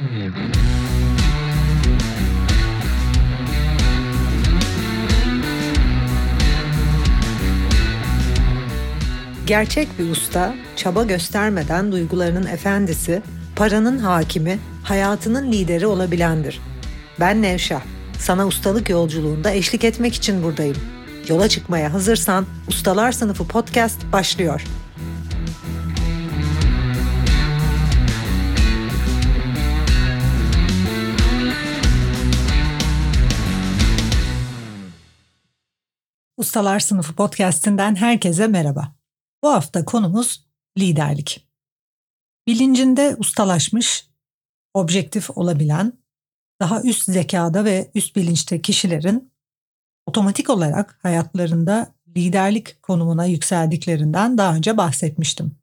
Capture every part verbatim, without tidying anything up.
Gerçek bir usta, çaba göstermeden duygularının efendisi, paranın hakimi, hayatının lideri olabilendir. Ben Nevşah, sana ustalık yolculuğunda eşlik etmek için buradayım. Yola çıkmaya hazırsan Ustalar Sınıfı Podcast başlıyor. Ustalar Sınıfı Podcast'inden herkese merhaba. Bu hafta konumuz liderlik. Bilincinde ustalaşmış, objektif olabilen, daha üst zekada ve üst bilinçte kişilerin otomatik olarak hayatlarında liderlik konumuna yükseldiklerinden daha önce bahsetmiştim.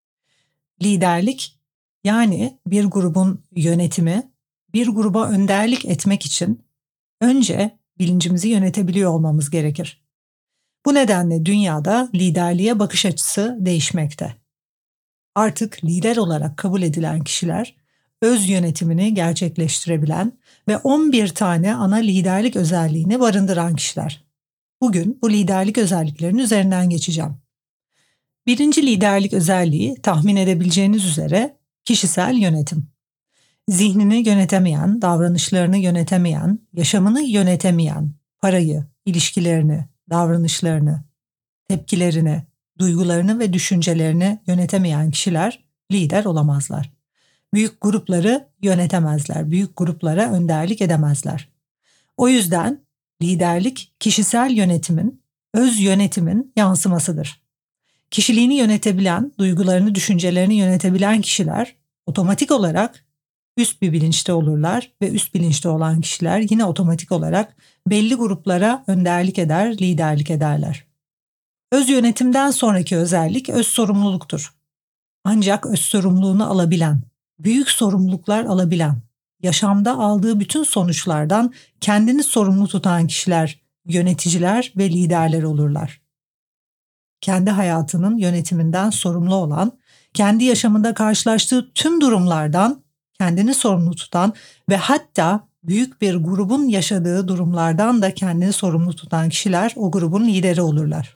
Liderlik, yani bir grubun yönetimi, bir gruba önderlik etmek için önce bilincimizi yönetebiliyor olmamız gerekir. Bu nedenle dünyada liderliğe bakış açısı değişmekte. Artık lider olarak kabul edilen kişiler, öz yönetimini gerçekleştirebilen ve on bir tane ana liderlik özelliğini barındıran kişiler. Bugün bu liderlik özelliklerinin üzerinden geçeceğim. Birinci liderlik özelliği tahmin edebileceğiniz üzere kişisel yönetim. Zihnini yönetemeyen, davranışlarını yönetemeyen, yaşamını yönetemeyen, parayı, ilişkilerini, davranışlarını, tepkilerini, duygularını ve düşüncelerini yönetemeyen kişiler lider olamazlar. Büyük grupları yönetemezler, büyük gruplara önderlik edemezler. O yüzden liderlik kişisel yönetimin, öz yönetimin yansımasıdır. Kişiliğini yönetebilen, duygularını, düşüncelerini yönetebilen kişiler otomatik olarak üst bir bilinçte olurlar ve üst bilinçte olan kişiler yine otomatik olarak belli gruplara önderlik eder, liderlik ederler. Öz yönetimden sonraki özellik öz sorumluluktur. Ancak öz sorumluluğunu alabilen, büyük sorumluluklar alabilen, yaşamda aldığı bütün sonuçlardan kendini sorumlu tutan kişiler, yöneticiler ve liderler olurlar. Kendi hayatının yönetiminden sorumlu olan, kendi yaşamında karşılaştığı tüm durumlardan kendini sorumlu tutan ve hatta büyük bir grubun yaşadığı durumlardan da kendini sorumlu tutan kişiler o grubun lideri olurlar.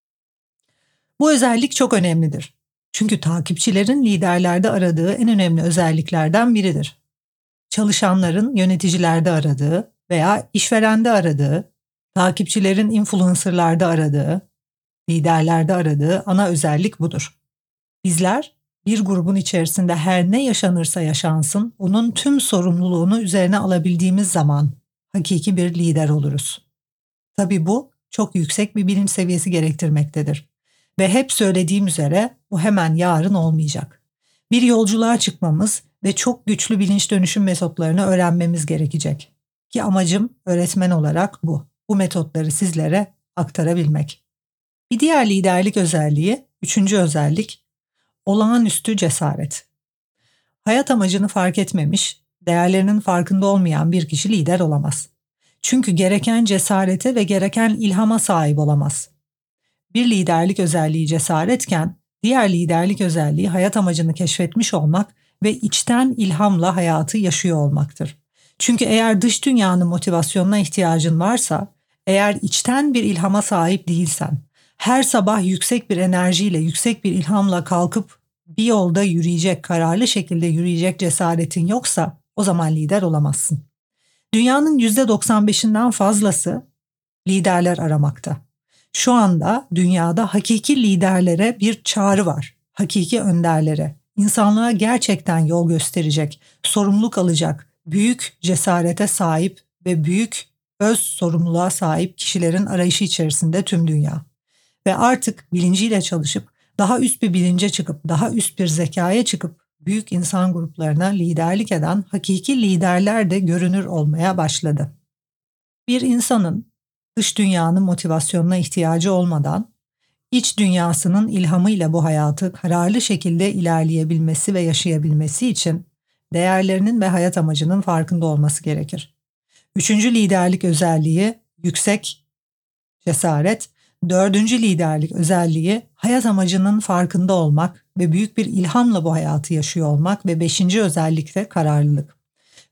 Bu özellik çok önemlidir. Çünkü takipçilerin liderlerde aradığı en önemli özelliklerden biridir. Çalışanların yöneticilerde aradığı veya işverende aradığı, takipçilerin influencerlarda aradığı, liderlerde aradığı ana özellik budur. Bizler bir grubun içerisinde her ne yaşanırsa yaşansın, onun tüm sorumluluğunu üzerine alabildiğimiz zaman hakiki bir lider oluruz. Tabii bu çok yüksek bir bilinç seviyesi gerektirmektedir. Ve hep söylediğim üzere bu hemen yarın olmayacak. Bir yolculuğa çıkmamız ve çok güçlü bilinç dönüşüm metotlarını öğrenmemiz gerekecek. Ki amacım öğretmen olarak bu. Bu metotları sizlere aktarabilmek. Bir diğer liderlik özelliği, üçüncü özellik, olağanüstü cesaret. Hayat amacını fark etmemiş, değerlerinin farkında olmayan bir kişi lider olamaz. Çünkü gereken cesarete ve gereken ilhama sahip olamaz. Bir liderlik özelliği cesaretken, diğer liderlik özelliği hayat amacını keşfetmiş olmak ve içten ilhamla hayatı yaşıyor olmaktır. Çünkü eğer dış dünyanın motivasyonuna ihtiyacın varsa, eğer içten bir ilhama sahip değilsen, her sabah yüksek bir enerjiyle, yüksek bir ilhamla kalkıp bir yolda yürüyecek, kararlı şekilde yürüyecek cesaretin yoksa o zaman lider olamazsın. Dünyanın yüzde doksan beşinden fazlası liderler aramakta. Şu anda dünyada hakiki liderlere bir çağrı var. Hakiki önderlere, insanlığa gerçekten yol gösterecek, sorumluluk alacak, büyük cesarete sahip ve büyük öz sorumluluğa sahip kişilerin arayışı içerisinde tüm dünya. Ve artık bilinciyle çalışıp, daha üst bir bilince çıkıp, daha üst bir zekaya çıkıp, büyük insan gruplarına liderlik eden hakiki liderler de görünür olmaya başladı. Bir insanın dış dünyanın motivasyonuna ihtiyacı olmadan, iç dünyasının ilhamıyla bu hayatı kararlı şekilde ilerleyebilmesi ve yaşayabilmesi için değerlerinin ve hayat amacının farkında olması gerekir. Üçüncü liderlik özelliği yüksek cesaret, dördüncü liderlik özelliği hayat amacının farkında olmak ve büyük bir ilhamla bu hayatı yaşıyor olmak ve beşinci özellik de kararlılık.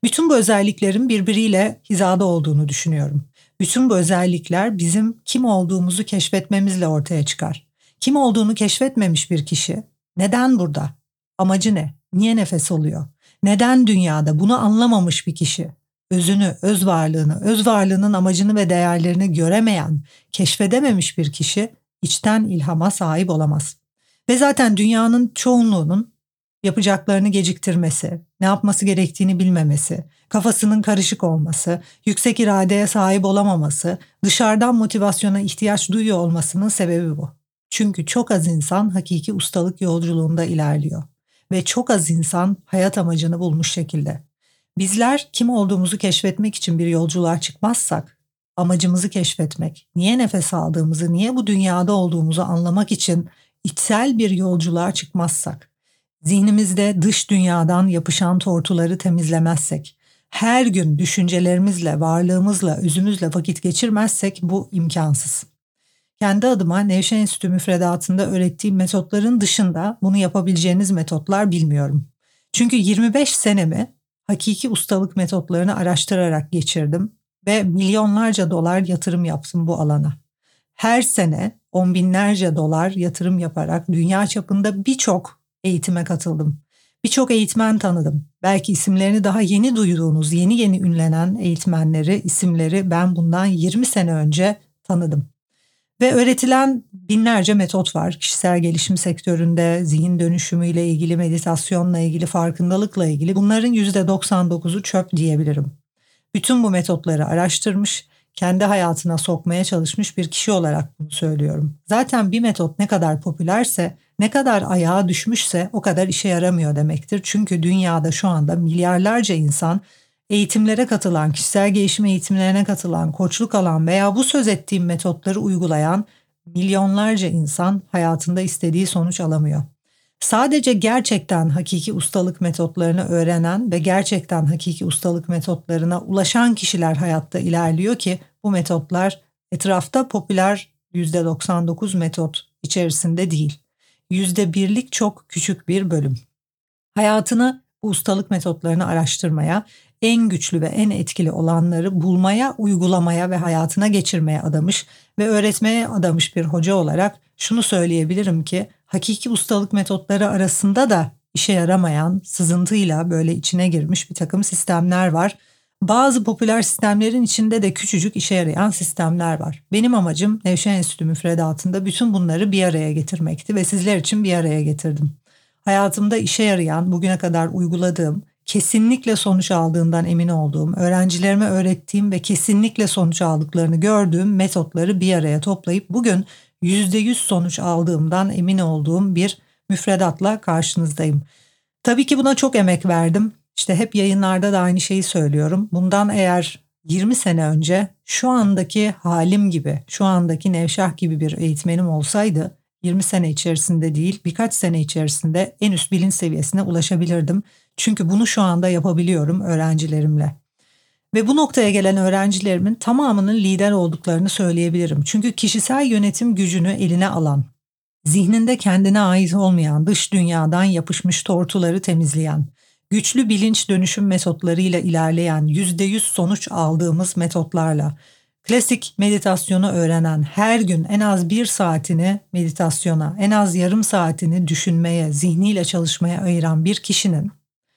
Bütün bu özelliklerin birbiriyle hizada olduğunu düşünüyorum. Bütün bu özellikler bizim kim olduğumuzu keşfetmemizle ortaya çıkar. Kim olduğunu keşfetmemiş bir kişi neden burada? Amacı ne? Niye nefes alıyor? Neden dünyada? Bunu anlamamış bir kişi özünü, öz varlığını, öz varlığının amacını ve değerlerini göremeyen, keşfedememiş bir kişi içten ilhama sahip olamaz. Ve zaten dünyanın çoğunluğunun yapacaklarını geciktirmesi, ne yapması gerektiğini bilmemesi, kafasının karışık olması, yüksek iradeye sahip olamaması, dışarıdan motivasyona ihtiyaç duyuyor olmasının sebebi bu. Çünkü çok az insan hakiki ustalık yolculuğunda ilerliyor ve çok az insan hayat amacını bulmuş şekilde. Bizler kim olduğumuzu keşfetmek için bir yolculuğa çıkmazsak, amacımızı keşfetmek, niye nefes aldığımızı, niye bu dünyada olduğumuzu anlamak için içsel bir yolculuğa çıkmazsak, zihnimizde dış dünyadan yapışan tortuları temizlemezsek, her gün düşüncelerimizle, varlığımızla, özümüzle vakit geçirmezsek bu imkansız. Kendi adıma Nevşehir Enstitü müfredatında öğrettiğim metotların dışında bunu yapabileceğiniz metotlar bilmiyorum. Çünkü yirmi beş senemi hakiki ustalık metotlarını araştırarak geçirdim ve milyonlarca dolar yatırım yaptım bu alana. Her sene on binlerce dolar yatırım yaparak dünya çapında birçok eğitime katıldım. Birçok eğitmen tanıdım. Belki isimlerini daha yeni duyduğunuz, yeni yeni ünlenen eğitmenleri, isimleri ben bundan yirmi sene önce tanıdım. Ve öğretilen binlerce metot var. Kişisel gelişim sektöründe, zihin dönüşümüyle ilgili, meditasyonla ilgili, farkındalıkla ilgili. Bunların yüzde doksan dokuzu çöp diyebilirim. Bütün bu metotları araştırmış, kendi hayatına sokmaya çalışmış bir kişi olarak bunu söylüyorum. Zaten bir metot ne kadar popülerse, ne kadar ayağa düşmüşse o kadar işe yaramıyor demektir. Çünkü dünyada şu anda milyarlarca insan eğitimlere katılan, kişisel gelişim eğitimlerine katılan, koçluk alan veya bu söz ettiğim metotları uygulayan milyonlarca insan hayatında istediği sonuç alamıyor. Sadece gerçekten hakiki ustalık metotlarını öğrenen ve gerçekten hakiki ustalık metotlarına ulaşan kişiler hayatta ilerliyor ki bu metotlar etrafta popüler yüzde doksan dokuz metot içerisinde değil. yüzde birlik çok küçük bir bölüm. Hayatını bu ustalık metotlarını araştırmaya, en güçlü ve en etkili olanları bulmaya, uygulamaya ve hayatına geçirmeye adamış ve öğretmeye adamış bir hoca olarak şunu söyleyebilirim ki hakiki ustalık metotları arasında da işe yaramayan, sızıntıyla böyle içine girmiş bir takım sistemler var. Bazı popüler sistemlerin içinde de küçücük işe yarayan sistemler var. Benim amacım Nevşehir Enstitü müfredatında bütün bunları bir araya getirmekti ve sizler için bir araya getirdim. Hayatımda işe yarayan, bugüne kadar uyguladığım, kesinlikle sonuç aldığından emin olduğum, öğrencilerime öğrettiğim ve kesinlikle sonuç aldıklarını gördüğüm metotları bir araya toplayıp bugün yüzde yüz sonuç aldığımdan emin olduğum bir müfredatla karşınızdayım. Tabii ki buna çok emek verdim. İşte hep yayınlarda da aynı şeyi söylüyorum. Bundan eğer yirmi sene önce şu andaki halim gibi, şu andaki Nevşah gibi bir eğitmenim olsaydı yirmi sene içerisinde değil birkaç sene içerisinde en üst bilinç seviyesine ulaşabilirdim. Çünkü bunu şu anda yapabiliyorum öğrencilerimle. Ve bu noktaya gelen öğrencilerimin tamamının lider olduklarını söyleyebilirim. Çünkü kişisel yönetim gücünü eline alan, zihninde kendine ait olmayan dış dünyadan yapışmış tortuları temizleyen, güçlü bilinç dönüşüm metotlarıyla ilerleyen yüzde yüz sonuç aldığımız metotlarla, klasik meditasyonu öğrenen, her gün en az bir saatini meditasyona, en az yarım saatini düşünmeye, zihniyle çalışmaya ayıran bir kişinin,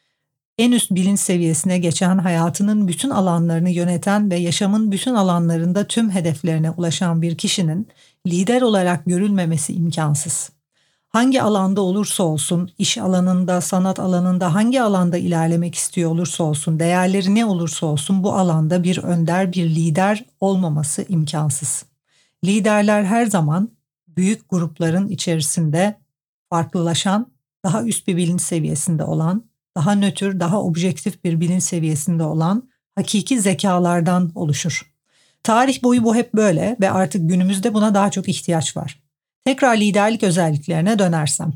en üst bilinç seviyesine geçen, hayatının bütün alanlarını yöneten ve yaşamın bütün alanlarında tüm hedeflerine ulaşan bir kişinin lider olarak görülmemesi imkansız. Hangi alanda olursa olsun, iş alanında, sanat alanında, hangi alanda ilerlemek istiyor olursa olsun, değerleri ne olursa olsun bu alanda bir önder, bir lider olmaması imkansız. Liderler her zaman büyük grupların içerisinde farklılaşan, daha üst bir bilinç seviyesinde olan, daha nötr, daha objektif bir bilinç seviyesinde olan hakiki zekalardan oluşur. Tarih boyu bu hep böyle ve artık günümüzde buna daha çok ihtiyaç var. Tekrar liderlik özelliklerine dönersem.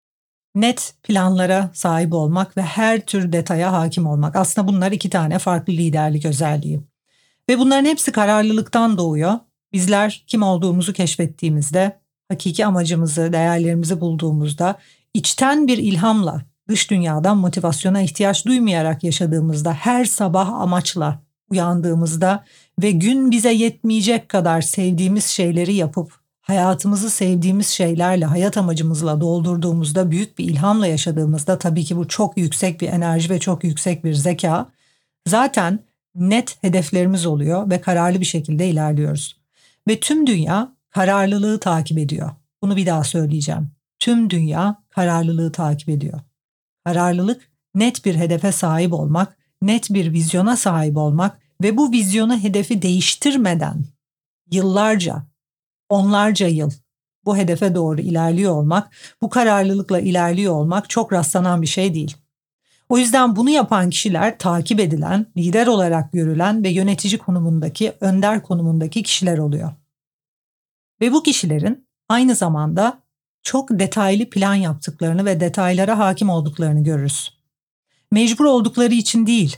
Net planlara sahip olmak ve her tür detaya hakim olmak. Aslında bunlar iki tane farklı liderlik özelliği. Ve bunların hepsi kararlılıktan doğuyor. Bizler kim olduğumuzu keşfettiğimizde, hakiki amacımızı, değerlerimizi bulduğumuzda, içten bir ilhamla, dış dünyadan motivasyona ihtiyaç duymayarak yaşadığımızda, her sabah amaçla uyandığımızda ve gün bize yetmeyecek kadar sevdiğimiz şeyleri yapıp hayatımızı sevdiğimiz şeylerle, hayat amacımızla doldurduğumuzda, büyük bir ilhamla yaşadığımızda, tabii ki bu çok yüksek bir enerji ve çok yüksek bir zeka, zaten net hedeflerimiz oluyor ve kararlı bir şekilde ilerliyoruz. Ve tüm dünya kararlılığı takip ediyor. Bunu bir daha söyleyeceğim. Tüm dünya kararlılığı takip ediyor. Kararlılık, net bir hedefe sahip olmak, net bir vizyona sahip olmak ve bu vizyonu, hedefi değiştirmeden yıllarca, onlarca yıl bu hedefe doğru ilerliyor olmak, bu kararlılıkla ilerliyor olmak çok rastlanan bir şey değil. O yüzden bunu yapan kişiler takip edilen, lider olarak görülen ve yönetici konumundaki, önder konumundaki kişiler oluyor. Ve bu kişilerin aynı zamanda çok detaylı plan yaptıklarını ve detaylara hakim olduklarını görürüz. Mecbur oldukları için değil,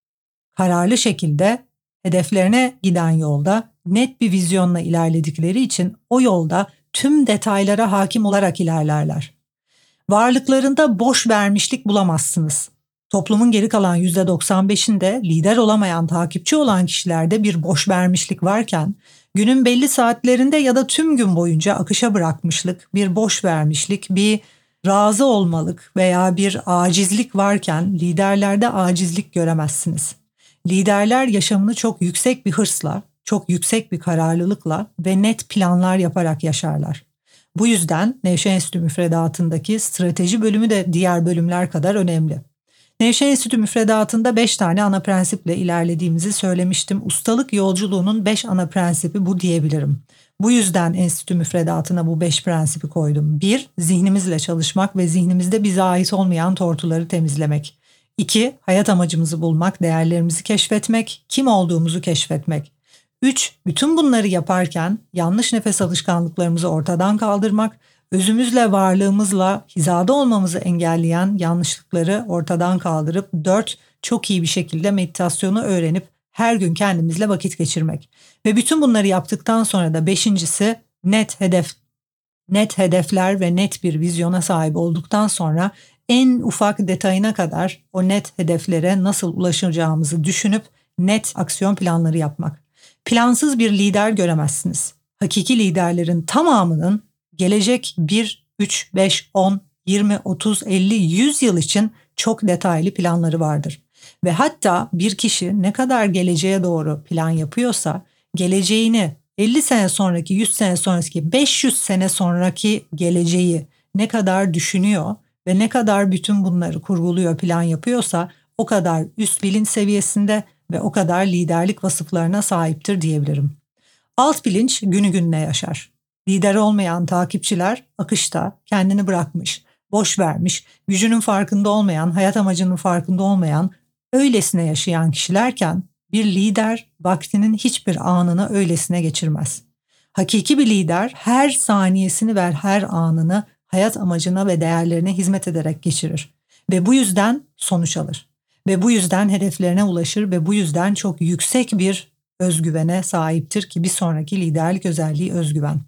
kararlı şekilde hedeflerine giden yolda net bir vizyonla ilerledikleri için o yolda tüm detaylara hakim olarak ilerlerler. Varlıklarında boş vermişlik bulamazsınız. Toplumun geri kalan yüzde doksan beşinde lider olamayan, takipçi olan kişilerde bir boş vermişlik varken, günün belli saatlerinde ya da tüm gün boyunca akışa bırakmışlık, bir boş vermişlik, bir razı olmalık veya bir acizlik varken liderlerde acizlik göremezsiniz. Liderler yaşamını çok yüksek bir hırsla, çok yüksek bir kararlılıkla ve net planlar yaparak yaşarlar. Bu yüzden Nevşehir Enstitü müfredatındaki strateji bölümü de diğer bölümler kadar önemli. Nevşehir Enstitü müfredatında beş tane ana prensiple ilerlediğimizi söylemiştim. Ustalık yolculuğunun beş ana prensibi bu diyebilirim. Bu yüzden enstitü müfredatına bu beş prensibi koydum. bir Zihnimizle çalışmak ve zihnimizde bize ait olmayan tortuları temizlemek. iki Hayat amacımızı bulmak, değerlerimizi keşfetmek, kim olduğumuzu keşfetmek. üç Bütün bunları yaparken yanlış nefes alışkanlıklarımızı ortadan kaldırmak, özümüzle, varlığımızla hizada olmamızı engelleyen yanlışlıkları ortadan kaldırıp, dört Çok iyi bir şekilde meditasyonu öğrenip her gün kendimizle vakit geçirmek. Ve bütün bunları yaptıktan sonra da beşincisi net hedef, net hedefler ve net bir vizyona sahip olduktan sonra en ufak detayına kadar o net hedeflere nasıl ulaşacağımızı düşünüp net aksiyon planları yapmak. Plansız bir lider göremezsiniz. Hakiki liderlerin tamamının gelecek bir, üç, beş, on, yirmi, otuz, elli, yüz yıl için çok detaylı planları vardır. Ve hatta bir kişi ne kadar geleceğe doğru plan yapıyorsa, geleceğini elli sene sonraki, yüz sene sonraki, beş yüz sene sonraki geleceği ne kadar düşünüyor ve ne kadar bütün bunları kurguluyor, plan yapıyorsa o kadar üst bilinç seviyesinde ve o kadar liderlik vasıflarına sahiptir diyebilirim. Alt bilinç günü gününe yaşar. Lider olmayan takipçiler akışta kendini bırakmış, boş vermiş, gücünün farkında olmayan, hayat amacının farkında olmayan, öylesine yaşayan kişilerken bir lider vaktinin hiçbir anını öylesine geçirmez. Hakiki bir lider her saniyesini ve her anını hayat amacına ve değerlerine hizmet ederek geçirir. Ve bu yüzden sonuç alır. Ve bu yüzden hedeflerine ulaşır ve bu yüzden çok yüksek bir özgüvene sahiptir ki bir sonraki liderlik özelliği özgüven.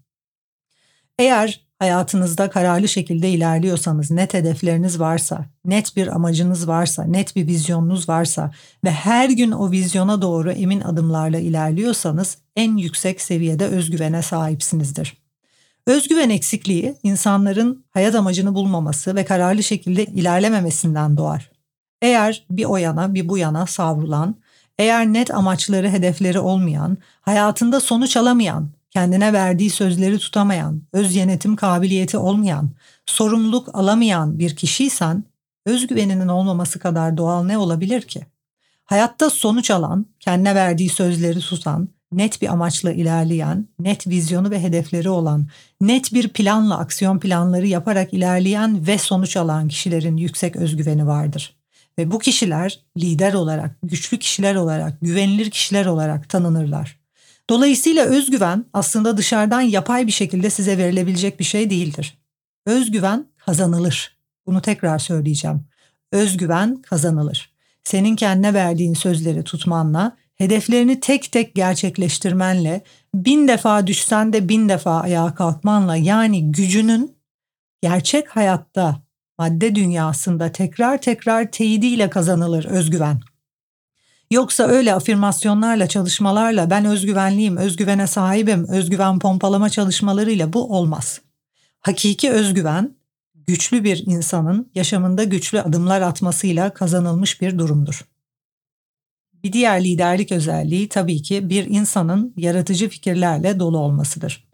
Eğer hayatınızda kararlı şekilde ilerliyorsanız, net hedefleriniz varsa, net bir amacınız varsa, net bir vizyonunuz varsa ve her gün o vizyona doğru emin adımlarla ilerliyorsanız en yüksek seviyede özgüvene sahipsinizdir. Özgüven eksikliği insanların hayat amacını bulmaması ve kararlı şekilde ilerlememesinden doğar. Eğer bir o yana bir bu yana savrulan, eğer net amaçları, hedefleri olmayan, hayatında sonuç alamayan, kendine verdiği sözleri tutamayan, öz yönetim kabiliyeti olmayan, sorumluluk alamayan bir kişiysen, özgüveninin olmaması kadar doğal ne olabilir ki? Hayatta sonuç alan, kendine verdiği sözleri tutan, net bir amaçla ilerleyen, net vizyonu ve hedefleri olan, net bir planla aksiyon planları yaparak ilerleyen ve sonuç alan kişilerin yüksek özgüveni vardır. Ve bu kişiler lider olarak, güçlü kişiler olarak, güvenilir kişiler olarak tanınırlar. Dolayısıyla özgüven aslında dışarıdan yapay bir şekilde size verilebilecek bir şey değildir. Özgüven kazanılır. Bunu tekrar söyleyeceğim. Özgüven kazanılır. Senin kendine verdiğin sözleri tutmanla, hedeflerini tek tek gerçekleştirmenle, bin defa düşsen de bin defa ayağa kalkmanla, yani gücünün gerçek hayatta madde dünyasında tekrar tekrar teyidiyle kazanılır özgüven. Yoksa öyle afirmasyonlarla, çalışmalarla ben özgüvenliyim, özgüvene sahibim, özgüven pompalama çalışmalarıyla bu olmaz. Hakiki özgüven, güçlü bir insanın yaşamında güçlü adımlar atmasıyla kazanılmış bir durumdur. Bir diğer liderlik özelliği tabii ki bir insanın yaratıcı fikirlerle dolu olmasıdır.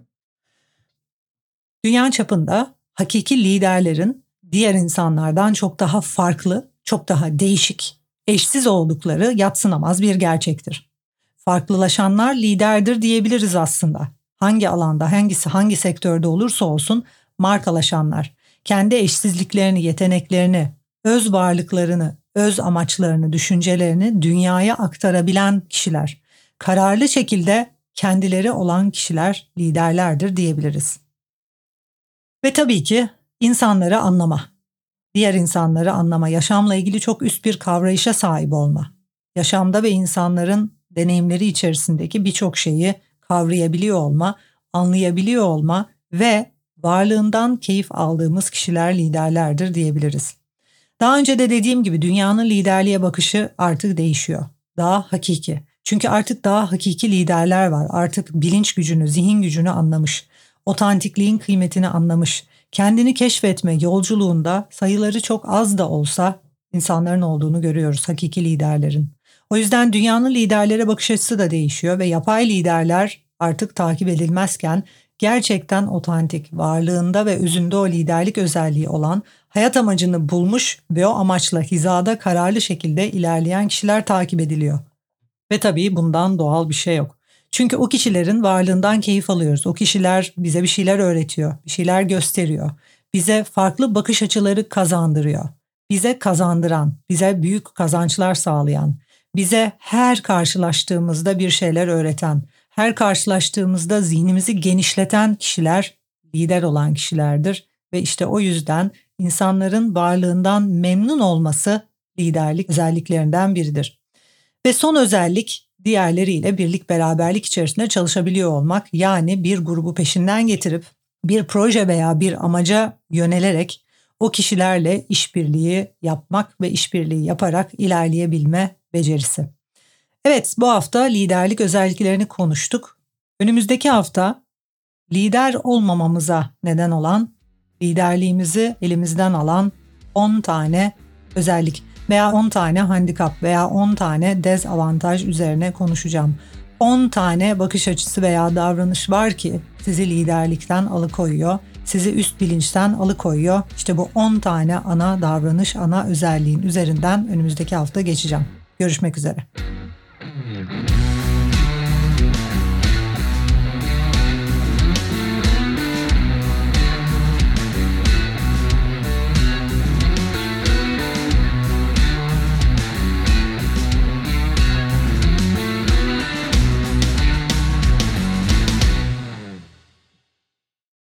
Dünya çapında hakiki liderlerin diğer insanlardan çok daha farklı, çok daha değişik, eşsiz oldukları yadsınamaz bir gerçektir. Farklılaşanlar liderdir diyebiliriz aslında. Hangi alanda, hangisi hangi sektörde olursa olsun markalaşanlar, kendi eşsizliklerini, yeteneklerini, öz varlıklarını, öz amaçlarını, düşüncelerini dünyaya aktarabilen kişiler, kararlı şekilde kendileri olan kişiler liderlerdir diyebiliriz. Ve tabii ki insanları anlama, diğer insanları anlama, yaşamla ilgili çok üst bir kavrayışa sahip olma, yaşamda ve insanların deneyimleri içerisindeki birçok şeyi kavrayabiliyor olma, anlayabiliyor olma ve varlığından keyif aldığımız kişiler liderlerdir diyebiliriz. Daha önce de dediğim gibi dünyanın liderliğe bakışı artık değişiyor. Daha hakiki. Çünkü artık daha hakiki liderler var. Artık bilinç gücünü, zihin gücünü anlamış. Otantikliğin kıymetini anlamış. Kendini keşfetme yolculuğunda sayıları çok az da olsa insanların olduğunu görüyoruz, hakiki liderlerin. O yüzden dünyanın liderlere bakış açısı da değişiyor ve yapay liderler artık takip edilmezken gerçekten otantik, varlığında ve özünde o liderlik özelliği olan, hayat amacını bulmuş ve o amaçla hizada kararlı şekilde ilerleyen kişiler takip ediliyor. Ve tabii bundan doğal bir şey yok. Çünkü o kişilerin varlığından keyif alıyoruz. O kişiler bize bir şeyler öğretiyor, bir şeyler gösteriyor. Bize farklı bakış açıları kazandırıyor. Bize kazandıran, bize büyük kazançlar sağlayan, bize her karşılaştığımızda bir şeyler öğreten, her karşılaştığımızda zihnimizi genişleten kişiler lider olan kişilerdir. Ve işte o yüzden insanların varlığından memnun olması liderlik özelliklerinden biridir. Ve son özellik diğerleriyle birlik beraberlik içerisinde çalışabiliyor olmak, yani bir grubu peşinden getirip bir proje veya bir amaca yönelerek o kişilerle işbirliği yapmak ve işbirliği yaparak ilerleyebilme becerisi. Evet, bu hafta liderlik özelliklerini konuştuk. Önümüzdeki hafta lider olmamamıza neden olan, liderliğimizi elimizden alan on tane özellik veya on tane handikap veya on tane dezavantaj üzerine konuşacağım. on tane bakış açısı veya davranış var ki sizi liderlikten alıkoyuyor, sizi üst bilinçten alıkoyuyor. İşte bu on tane ana davranış, ana özelliğin üzerinden önümüzdeki hafta geçeceğim. Görüşmek üzere.